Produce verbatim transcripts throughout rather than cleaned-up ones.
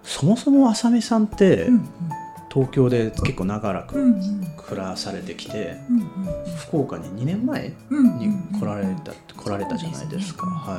そもそも浅見さんって、 うんうん、 東京で結構長らくうんうん、 暮らされてきて、 うんうん、 福岡ににねんまえに来られた、来られたじゃないですか。はい。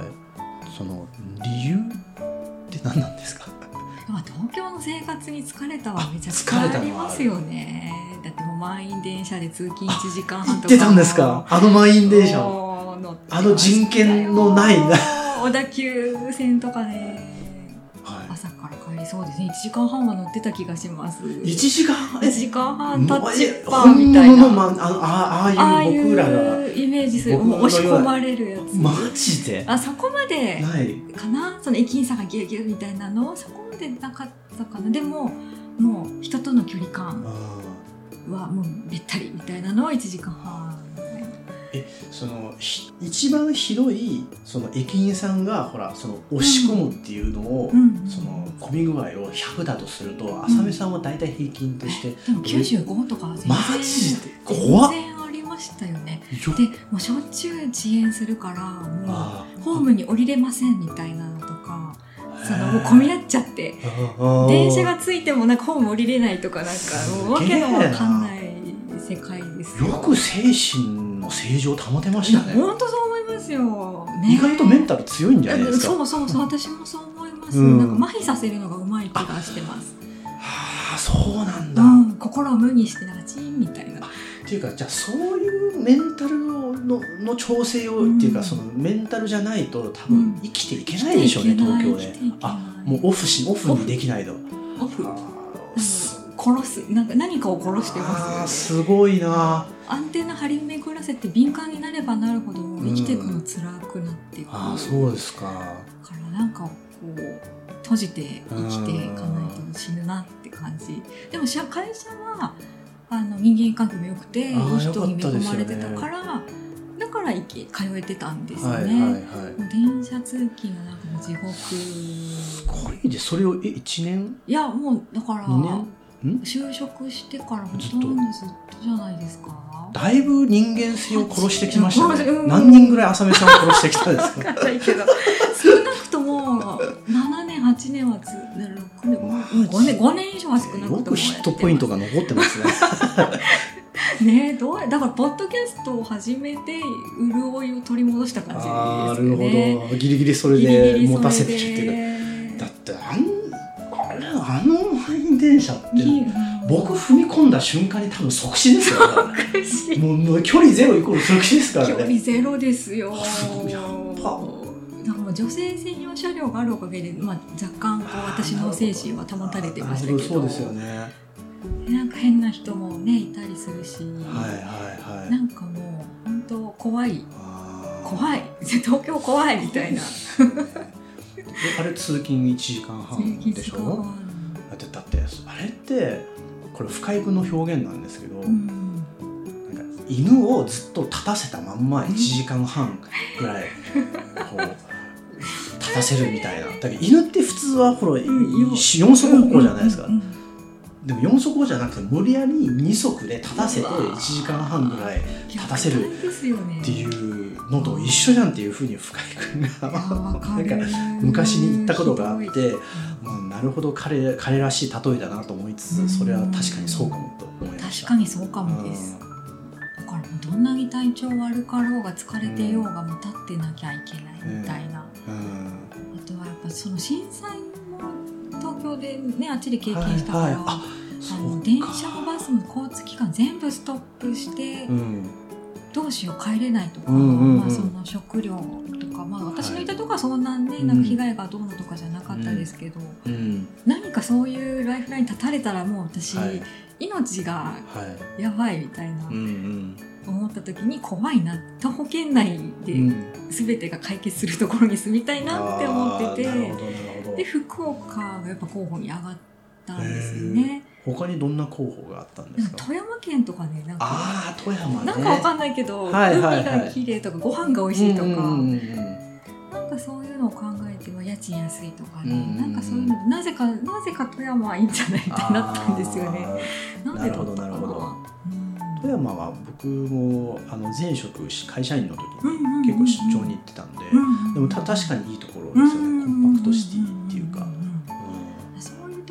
その理由って何なんですか？ 東京の生活に疲れたはめちゃくちゃありますよね。だってもう満員電車で通勤いちじかんはんとか。 行ってたんですか？あの満員電車、あの人権のない小田急線とかね、 はい、 朝から帰りそうですね。いちじかんはんは乗ってた気がします。 いちじかんはんいちじかんはんタッチパーみたいな、 本物の、ま、あ, ああいう僕らがイメージする、もう押し込まれるやつ。 マジであそこまでないかな、その駅員さんがギューギューみたいなのそこまでなかったかな。でももう人との距離感はもうべったりみたいなのはいちじかんはん。 えその一番ひどいその駅員さんがほらその押し込むっていうのを、うん、その混み具合をひゃくだとすると、うん、浅見さんはだいたい平均として、 でもきゅうじゅうごとか全然、 マジで怖っ、 全然ありましたよね。でもうしょっちゅう遅延するからもうホームに降りれませんみたいなのとか、そのもう混み合っちゃって電車がついてもなんかホーム降りれないとか、なんかもうわけのわかんない世界ですよ。 よく精神の正常を保てましたね。 本当そう思いますよ、ね、 意外とメンタル強いんじゃないですか。 そうそうそう、私もそう思います、うん、なんか麻痺させるのがうまい気がしてます。 はあ、そうなんだ、 うん、心を無にしてなんかチーンみたいなっていうか、じゃあそういうメンタル の, の調整を、うん、っていうかそのメンタルじゃないと多分生きていけないでしょうね、うん、東京で。あ、もうオフしオフにできないと。 オフ殺す、なんか何かを殺してますよね。 あ、すごいな。 アンテナ張り巡らせて敏感になればなるほど生きていくの辛くなっていく、うん、 あ、そうですか。 だからなんかこう閉じて生きていかないと死ぬなって感じ。でも会社はあの人間関係も良くていい人に恵まれてたから、ね、だから行き通えてたんですよね、はいはいはい、電車通勤のなんかも地獄。 すごいで、それをえいちねん、 いやもうだからにねん就職してからほとんどずっとじゃないですか。 だいぶ人間性を殺してきましたね、うん、何人ぐらい浅見さんを殺してきたんですか？ 分かんないけど少なくともななねんはちねんはつろくねんごねんごねん以上は少なくともよくヒットポイントが残ってますねねえ、どうだからポッドキャストを始めて潤いを取り戻した感じですよね。 あ、なるほど、ギリギリそれで持たせてるっていうか。だってあんあの満員電車って僕踏み込んだ瞬間に多分即死ですよね。もう、もう距離ゼロイコール即死ですからね。 距離ゼロですよ。 やっぱだから女性専用車両があるおかげで、まあ、若干こう私の精神は保たれてましたけど、 そうですよね。 なんか変な人もねいたりするし、 はいはいはい、 なんかもう本当怖い怖い東京怖いみたいなあれ通勤いちじかんはんでしょ。だって、だってあれってこれ不快分の表現なんですけど、うん、なんか犬をずっと立たせたまんまいちじかんはんぐらいこう立たせるみたいな。だけど犬って普通はほらよん足歩行じゃないですか、うんうんうん、でもよん足歩行じゃなくて無理やりに足で立たせていちじかんはんぐらい立たせるっていうのと一緒じゃんっていうふうに深井君がなんか昔に言ったことがあって、うん、なるほど 彼, 彼らしい例えだなと思いつつ、それは確かにそうかもと思いました。 確かにそうかもです。だからどんなに体調悪かろうが疲れてようがもう立ってなきゃいけないみたいな、うんうん、あとはやっぱその震災も東京でねあっちで経験したから、はいはい、ああの電車もバスも交通機関全部ストップして、うん、どうしよう帰れないとか、うんうんうん、まあ、その食料とか、まあ、私のいたとこはそんなね、はい、なんか被害がどうのとかじゃなかったですけど、うんうん、何かそういうライフライン立たれたらもう私、はい、命がやばいみたいな、はい、思った時に怖いな、徒歩圏内で全てが解決するところに住みたいなって思ってて、うん、で福岡がやっぱ候補に上がったんですよね。 他にどんな候補があったんですか？ 富山県とかね、なんかあ富山、ね、 なんかわかんないけど、はいはいはい、海が綺麗とかご飯が美味しいとか、うんうんうん、なんかそういうのを考えては家賃安いとかね、うんうんうん、なんかそういうのでなぜかなぜか富山はいいんじゃないってなったんですよね。なんでだったかな。なるほどなるほど、うん、富山は僕もあの前職会社員の時に結構出張に行ってたんで、うんうんうん、でもた確かにいいところですよね、うんうんうん、コンパクトシティっていうか、うんうん、 そういう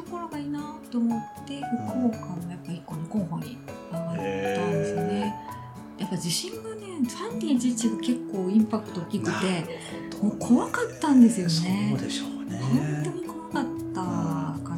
ぱ地震がね さんてんいちいち が結構インパクト大きくて、ね、もう怖かったんですよね。 そうでしょうね。 本当に怖かったから、うん、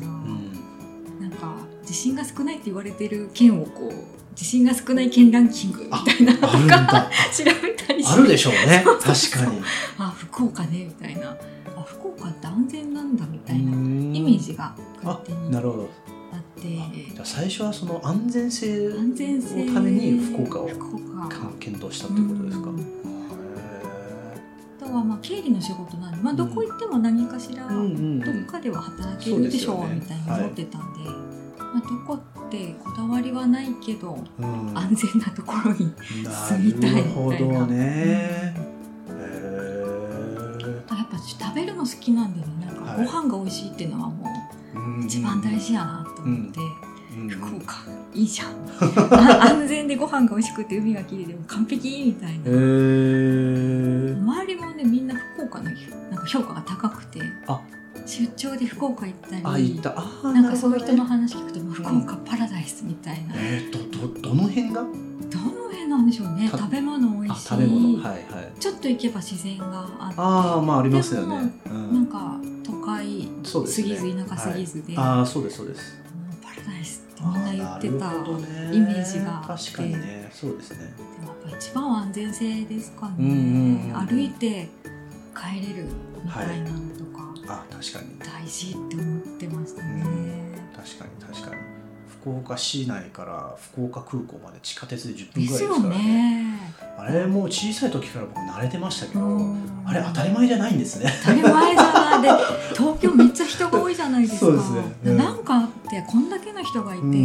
なんか地震が少ないって言われてる県をこう地震が少ない県ランキングみたいなのとか調べたりして、 あるでしょうね。そうそうそう、確かに。 あ、福岡ねみたいな、あ、福岡って安全なんだみたいなイメージが勝手になるほどあって、 じゃあ最初はその安全性安全性のために福岡を福岡検討したってことですか。うん、 あとはまあ経理の仕事なんで、まあ、どこ行っても何かしらどっかでは働けるでしょうみたいに思ってたんで、まあ、どこってこだわりはないけど、うん、安全なところに住みたいみたいな。なるほどね、うん、へー、やっぱ食べるの好きなんでね、なんかご飯が美味しいっていうのはもう一番大事やなと思って、うんうん、福岡いいじゃん安全でご飯が美味しくて海がきれいでも完璧みたいな、へー、周りもねみんな福岡のなんか評価が高くて、あ、出張で福岡行ったり、あ、行った、あ、なんかそういう人の話聞くと、ね、福岡パラダイスみたいな、うん、えー、ど, ど, どの辺がどの辺なんでしょうね。食べ物美味しい、食べ物、はいはい、ちょっと行けば自然があって、あ、まあ、ありますよね、うん、なんか都会すぎず、ね、田舎すぎずで、はい、あ、そうですそうです、パラダイスってみんな言ってたイメージがあって、確かにね、そうですね。でもやっぱ一番は安全性ですかね、うんうんうん、歩いて帰れるみたいなのとか、はい、あ、確かに大事って思ってましたね、うん、確かに確かに。福岡市内から福岡空港まで地下鉄でじゅっぷんぐらいですから ね, ねあれもう小さい時から僕慣れてましたけど、あれ当たり前じゃないんですね。当たり前じゃないで東京めっちゃ人が多いじゃないですか。そうですね、うん、なんかあってこんだけの人がいて、うんうん、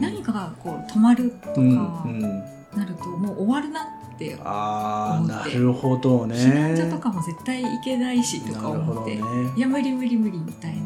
何かがこう止まるとかなるともう終わるなって思って、あ、なるほどね。避難所とかも絶対行けないしとか思って、ね、いや無理無理無理みたいな、うん、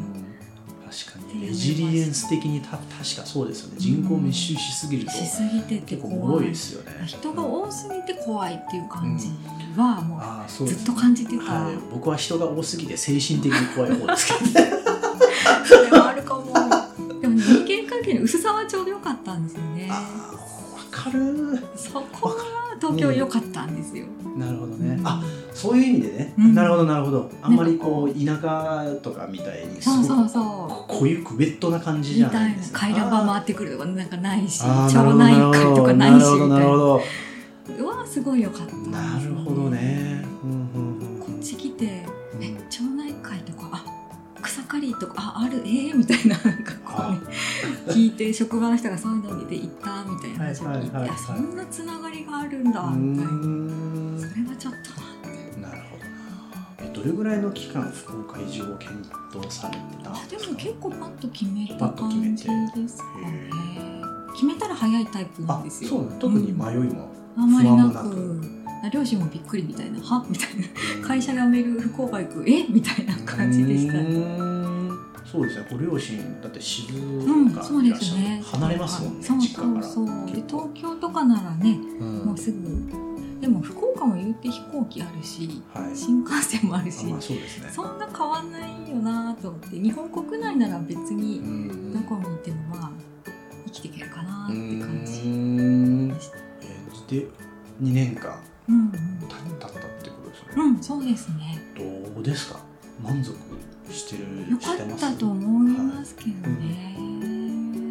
確かにレジリエンス的にた確かそうですよね。人口密集しすぎると、うん、しすぎてて怖い、結構脆いですよね。人が多すぎて怖いっていう感じはもうずっと感じてた、うん、はい、僕は人が多すぎて精神的に怖い方ですけどねそれはあるかも。でも人間関係の薄さはちょうど良かったんですよね。あ、分かる。そこは東京良かったんですよ、うん、なるほどね、うん、あ、そういう意味でね、うん、なるほどなるほど。あんまりこう田舎とかみたいにすごくそうそうそう濃ゆくウェットな感じじゃないですか。回覧板回ってくるとかなんかないし、町内会とかないしみたいな。なるほどうわ、すごい良かったんですよね。なるほどね、うんうんうん、こっち来て、うん、え、町内会とか、あ、草刈りとか、あ、ある、えー、みたいな、なんかこうね聞いて、職場の人がそういうので行ったみたいな話を聞いて、はいはいはいはい、あ、そんなつながりがあるんだみたいな、それはちょっとなって。なるほどな。え、どれぐらいの期間福岡移住を検討されてたんですか？あ、でも結構パッと決めた感じですかね。決めたら早いタイプなんですよ。そう、特に迷いも不安もなく、あんまりなく、両親もびっくりみたいな、はみたいな、会社辞める福岡行く、えみたいな感じでしたね。そうですね、ご両親だって静岡にいらっしゃる、うん、そうですね、離れますもんね、そう実家から。そうそうそう。で東京とかならね、うん、もうすぐ。でも福岡も言って飛行機あるし、はい、新幹線もあるし、まあそうですね、そんな変わんないよなと思って、日本国内なら別にどこにいてもまあ生きていけるかなって感じでした。えー、でにねんかん、うんうん、経ったってことですよね。うん、そうですね。どうですか、満足してる？よかったと思いますけどね、はい、うん、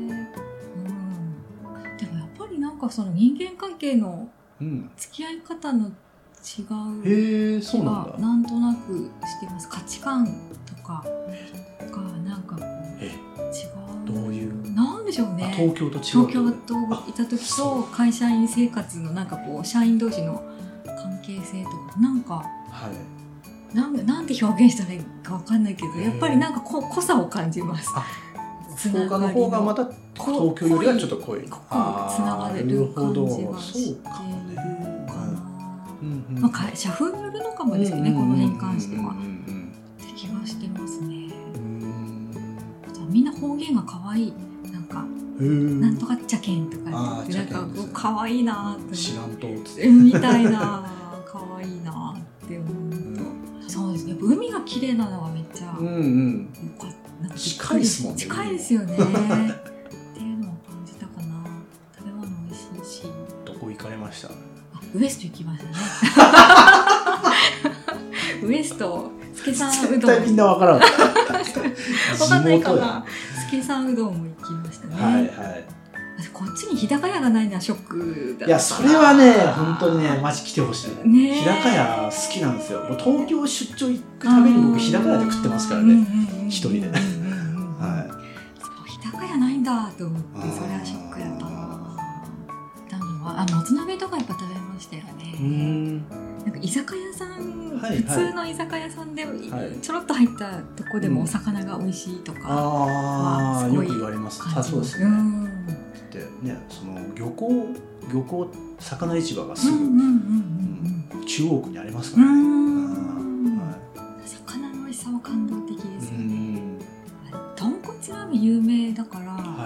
でもやっぱりなんかその人間関係の付き合い方の違う、へー、そうなんだ、なんとなくしてます。価値観とかがなんかこう違う。どういう、なんでしょうね。東京と違う。東京といた時と会社員生活のなんかこう社員同士の関係性とかなんか、はい、なんなんて表現したらいいか分かんないけど、やっぱりなんかこ濃さを感じます。福岡の方がまた東京よりはちょっと濃い、濃くつながれる感じがしてるかな。まあ、会社風によるのかもですけどね、この辺に関してはって気がしてますね。みんな方言が可愛い、なんかなんとかっちゃけんとかってなんか可愛いなって知らんとみたいな可愛いなって思うと、うん、そうですね。やっぱ海が綺麗なのはめっちゃ、うんうん、よかった。近いですもんね。近いですよねっていうのを感じたかな。食べ物美味しいし。どこ行かれました？ ウエスト行きましたねウエストスケさんうどん絶対みんなわからんわかんないかな。スケさんうどんも行きましたね。 はいはい。 こっちに日高屋がないのはショックだった。 いやそれはね本当にねマジ来てほしい。 ね、 日高屋好きなんですよ。もう東京出張行くために僕日高屋で食ってますからね。一人で。はい。 そう日高屋ないんだと思ってそれはショックやったな。あもつ鍋とかやっぱ食べましたよね。うんなんか居酒屋さん、はいはい、普通の居酒屋さんで、はい、ちょろっと入ったとこでもお魚が美味しいとかは、うん、あよく言われます。あそうですね。うんでねその漁港漁港魚市場がすぐ中央区にありますからね。うんはい、魚の美味しさは感動的ですよね。豚骨ラーメン有名だから、はい、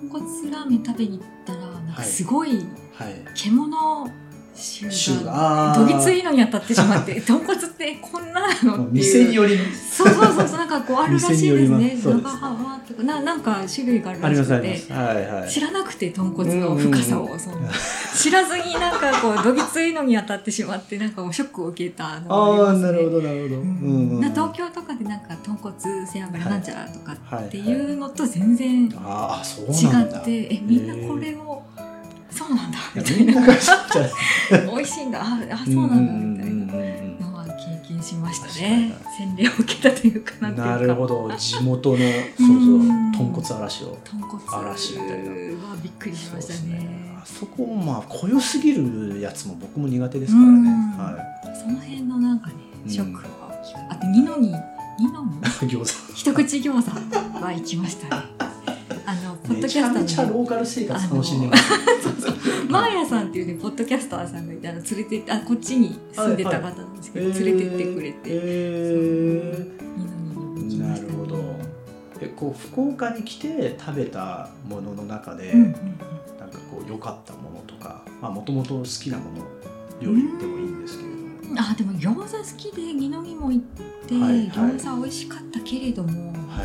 豚骨ラーメン食べに行ったらなんかすごい、はいはい、獣臭がどぎついのに当たってしまって豚骨ってこんなのっていう店によりそうそうそうそうなんかこうあるらしいですね長浜とか な, なんか種類があるらしくて、はいはい、知らなくて豚骨の深さをその知らずになんかこうどぎついのに当たってしまってなんかもうショックを受けたのがありますね。あなるほどなるほど、うんうん、な東京とかでなんか豚骨背脂なんちゃらとかっていうのと全然違って、はい、えみんなこれをそうなんだみたいな美味しいんだ あ, あそうなんだみたいなのは経験しましたね。洗礼を受けたというかなんていうかなるほど地元のそうそう豚骨嵐を豚骨嵐みたいなはびっくりしました ね, ねあそこまあ濃ゆすぎるやつも僕も苦手ですからね、 はい、その辺のなんかねショックは大きかった。あとニノにニノの餃子一口餃子は行きましたね。あのポッドキャスターのめちゃめちゃローカル生活楽しんでますマーヤさんっていうねポッドキャスターさんがいてあの連れてってあこっちに住んでた方なんですけど、はいはい、連れてってくれて、えー、 なるほど。えこう福岡に来て食べたものの中で、うんうんうん、なんかこう良かったものとかもともと好きなもの料理でもいいんですけれども、 あでも餃子好きで二宮も行って、はいはい、餃子美味しかったけれども、はい、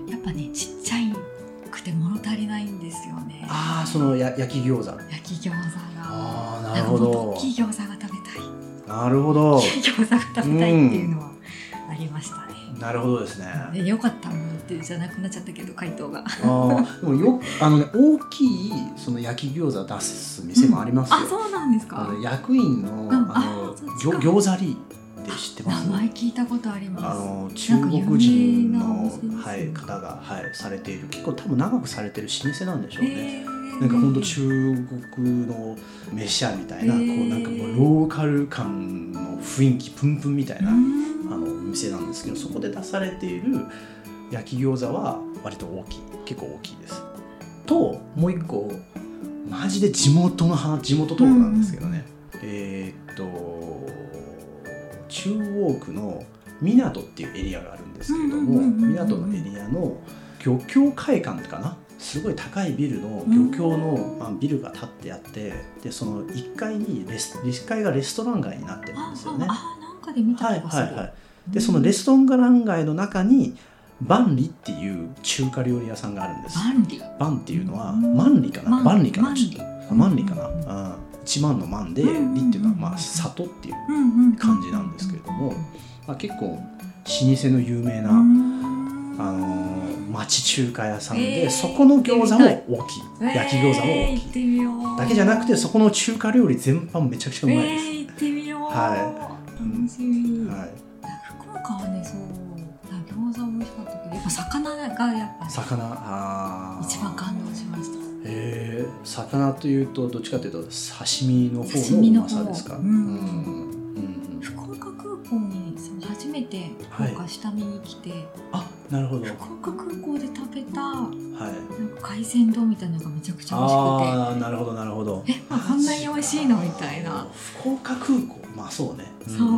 やっぱねちっちゃいくて物足りないんですよね。 ああそのや焼き餃子焼き餃子があなるほど。 なんかもっと大きい餃子が食べたいなるほど大きい餃子が食べたいっていうのはありましたね、 うん、なるほどですね。 でよかったものってじゃなくなっちゃったけど回答があでもよあの、ね、大きいその焼き餃子出す店もありますよ、 うん、あそうなんですか。 あの役員の、うん、あの餃子リーって知ってます？ 名前聞いたことあります。 あの中国人の、はい、方が、はい、されている結構多分長くされてる老舗なんでしょうね。なんか本当中国の飯屋みたいな、こうなんかもうローカル感の雰囲気プンプンみたいなあの店なんですけど、そこで出されている焼き餃子は割と大きい結構大きいです。ともう一個マジで地元の地元トークなんですけどね、うん、えー、っと中央区の港っていうエリアがあるんですけれども、港のエリアの漁協会館かな、すごい高いビルの漁協の、まあ、ビルが建ってあって、でそのいっかいにレスいっかいがレストラン街になってるんですよね。 ああなんかで見た気がする。はいはいはい。 でそのレストラン街の中に万里っていう中華料理屋さんがあるんです。 万里。 万っていうのは万里かな、万里かな、ちょっと万里かな。うん一万の万で里っていうのはまあ里っていう感じなんですけれども、まあ、結構老舗の有名な、あのー、町中華屋さんで、えー、そこの餃子も大きい、えー、焼き餃子も大きい、えー、だけじゃなくてそこの中華料理全般めちゃくちゃうまいです。 えー、行ってみよう、 はい、 楽しみ、 はい、 福岡はねそう餃子美味しかったけどやっぱ魚がやっぱ、ね、 魚あ一番感動しました。 へえ、魚というとどっちかというと刺身の方のうまさですか？うんうんうん、福岡空港にその初めて福岡下見に来て、はい、 あなるほど。 福岡空港で食べた、はい、なんか海鮮丼みたいなのがめちゃくちゃ美味しくて、 ああなるほどなるほど。 え、まあ、こんなに美味しいのみたいな。 福岡空港まあそうね。 そう、うん、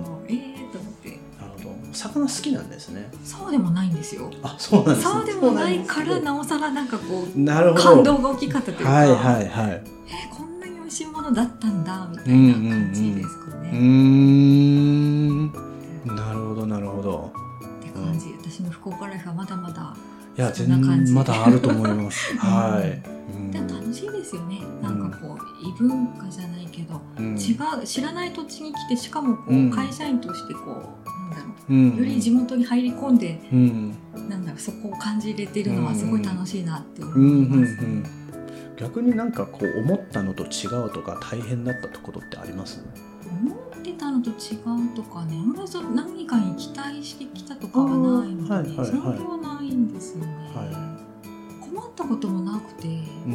ええー、と思って。 魚好きなんですね。 そうでもないんですよ。 あ、そうなんですね。 そうでもないからなおさらなんかこうなるほど感動が大きかったというか、 はいはいはい。 えー、こんなに美味しいものだったんだみたいな感じですかね。 うんうんうん、うーんなるほどなるほど。 って感じ。うん、私の福岡ライフはまだまだいや全然まだあると思います。はい。 うん、で楽ししいですよね。なんかこう、うん、異文化じゃないけど、うん、違う知らない土地に来てしかもこう、うん、会社員としてこうなんだろう、うん、より地元に入り込んで、うん、なんだろうそこを感じれてるのはすごい楽しいなって思います、うんうんうんうん、 逆になんかこう思ったのと違うとか大変だったところってあります？ 思ってたのと違うとかね、あんまり何かに期待してきたとかはないので、はいはいはい、それはないんですよね、はい、困ったこともなくて、うんうん、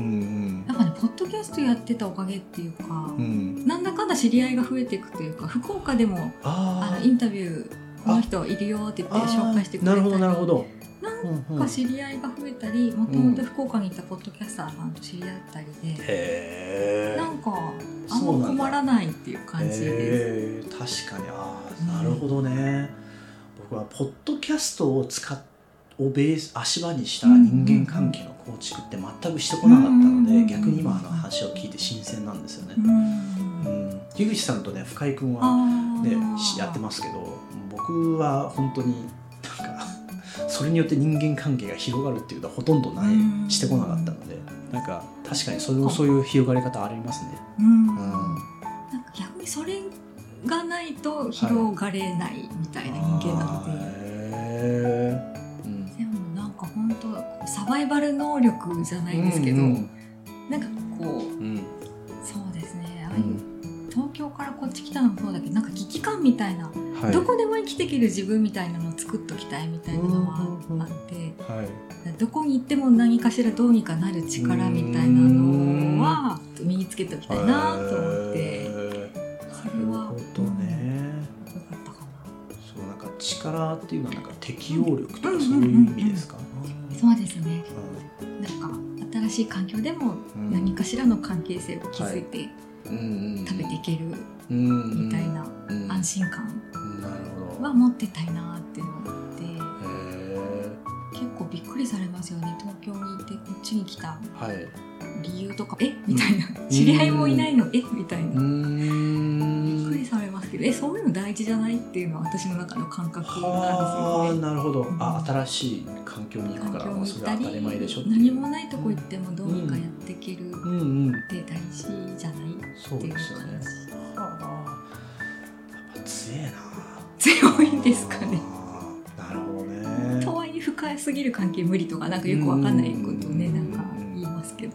なんかねポッドキャストやってたおかげっていうか、うん、なんだかんだ知り合いが増えていくというか、福岡でもあのインタビューこの人いるよって言って紹介してくれたり、なるほどなるほど、なんか知り合いが増えたり、もともと福岡にいたポッドキャスターさんと知り合ったりで、へー、なんかあんま困らないっていう感じです。 確かに、ああ、なるほどね、うん、僕はポッドキャストを使っをベース足場にした人間関係の構築って全くしてこなかったので、うん、逆に今の話を聞いて新鮮なんですよね、うんうん、樋口さんとね深井君は、ね、やってますけど、僕は本当になんかそれによって人間関係が広がるっていうのはほとんどない、うん、してこなかったので、なんか確かにそれもそういう広がり方ありますね、うんうん、 なんか逆にそれがないと広がれないみたいな人間なので、はい、へー、でもなんか本当サバイバル能力じゃないですけど、うんうん、なんかこう、うん、そうですね、ああいう、うん、東京からこっち来たのもそうだけど、なんか危機感みたいな、はい、どこでも生きていける自分みたいなのを作っときたいみたいなのはあって、はい、どこに行っても何かしらどうにかなる力みたいなのは身につけておきたいなと思って、それは、なるほどね、よかったかな。 そうなんか力っていうのはなんか適応力とかそういう意味ですか？ うんうん、そうですね、うん、なんか新しい環境でも何かしらの関係性を築いて、はいうん、食べていけるみたいな安心感は持ってたいなっていうのがあって、結構びっくりされますよね。東京にいてこっちに来た理由とか、はい、えみたいな、知り合いもいないのえみたいな、うーん、びっくりされますけど、えそういうの大事じゃないっていうのは私の中の感覚なんですよね。 なるほど、うん、あ新しい環境に行くからもうそれは当たり前でしょっていう、 何もないとこ行ってもどうにかやっていけるって大事じゃないっていう感じ。 強えな。 強いんですかね。 なるほどね。 とはいえ深すぎる関係無理とかなんかよくわかんないことをね、なんか言いますけど。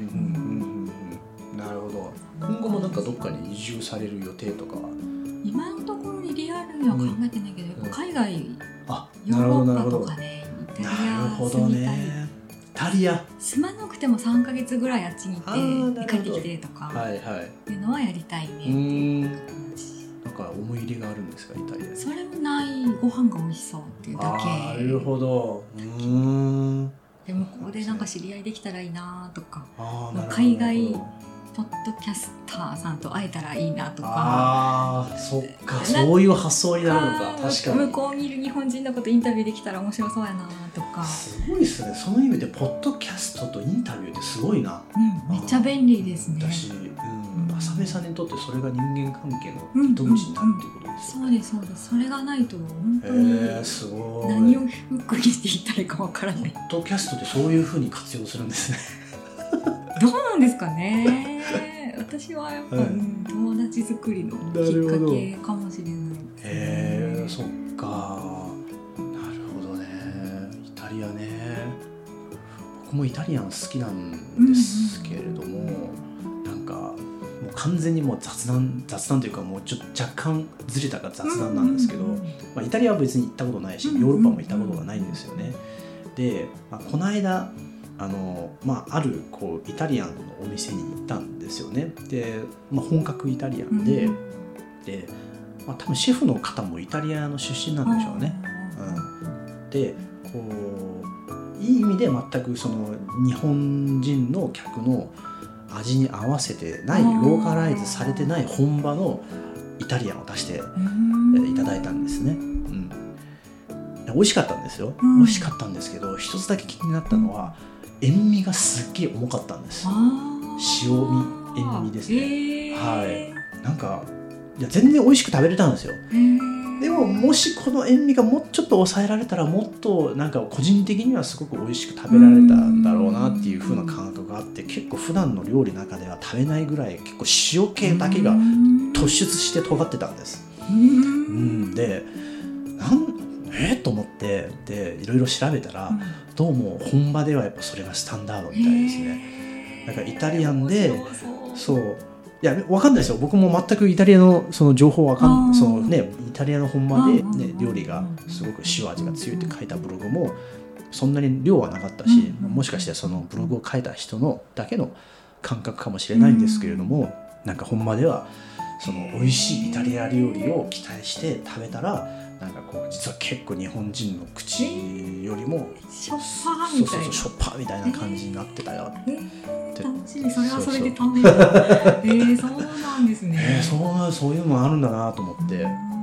なるほど。今後もなんかどっかに移住される予定とかは？ 今のところリアルには考えてないけど、うん、海外、ヨーロッパとかね、イタリア住みたい。イタリア住まなくてもさんかげつぐらいあっちに行って帰ってきてとか、はいはい、っていうのはやりたいねっていう感じ。 なんか思い入れがあるんですか、イタリア？ それもない、ご飯が美味しそうっていうだけ。 あ、なるほど。うーん。 でもここでなんか知り合いできたらいいなとか、海外ポッドキャスターさんと会えたらいいなとか。 ああ、そっか、そういう発想になるのか。確かに向こうにいる日本人のことインタビューできたら面白そうやなとか。 すごいですね。その意味でポッドキャストとインタビューってすごいな。 うん、めっちゃ便利ですね。 私、うん、浅部さんにとってそれが人間関係の糸口になるっていうことですよね。 そうですそうです。それがないと本当に何をフックにしていったらいいかわからない。 ポッドキャストってそういう風に活用するんですね。 どうなんですかね。私はやっぱ、はい、うん、友達作りのきっかけかもしれないですね。 へえ、そっか。なるほどね。イタリアね。僕もイタリアン好きなんですけれども、うんうん、なんかもう完全にもう雑談雑談というかもうちょっと若干ずれたが雑談なんですけど、うんうんうん、まあ、イタリアは別に行ったことないし、ヨーロッパも行ったことがないんですよね。で、まあ、この間あのまあ、あるこうイタリアンのお店に行ったんですよね。で、まあ、本格イタリアンで、うん、で、まあ、多分シェフの方もイタリアの出身なんでしょうね。うん、でこういい意味で全くその日本人の客の味に合わせてない、ローカライズされてない本場のイタリアンを出していただいたんですね。うん、美味しかったんですよ。うん、美味しかったんですけど、一つだけ気になったのは、塩味がすっげえ重かったんです。塩味、塩味ですね。はい。なんかいや全然美味しく食べれたんですよ。 でももしこの塩味がもうちょっと抑えられたらもっとなんか個人的にはすごく美味しく食べられたんだろうなっていう風な感覚があって、結構普段の料理の中では食べないぐらい結構塩系だけが突出して尖ってたんです。うん、でなんえー、と思ってでいろいろ調べたら、うん、どうも本場ではやっぱそれがスタンダードみたいですね。だからイタリアンでそういや分かんないですよ、僕も全くイタリアのその情報わかんその、ね、イタリアの本場で、ね、料理がすごく塩味が強いって書いたブログもそんなに量はなかったし、もしかしてそのブログを書いた人のだけの感覚かもしれないんですけれども、なんか本場ではその美味しいイタリア料理を期待して食べたらなんかこう実は結構日本人の口よりもしょっぱーみたいな、そうそうそうしょっぱーみたいな感じになってたよって、 えー、楽しい、それはそれで楽しい。えー、そうなんですね。 えー、そうそういうのもあるんだなと思って。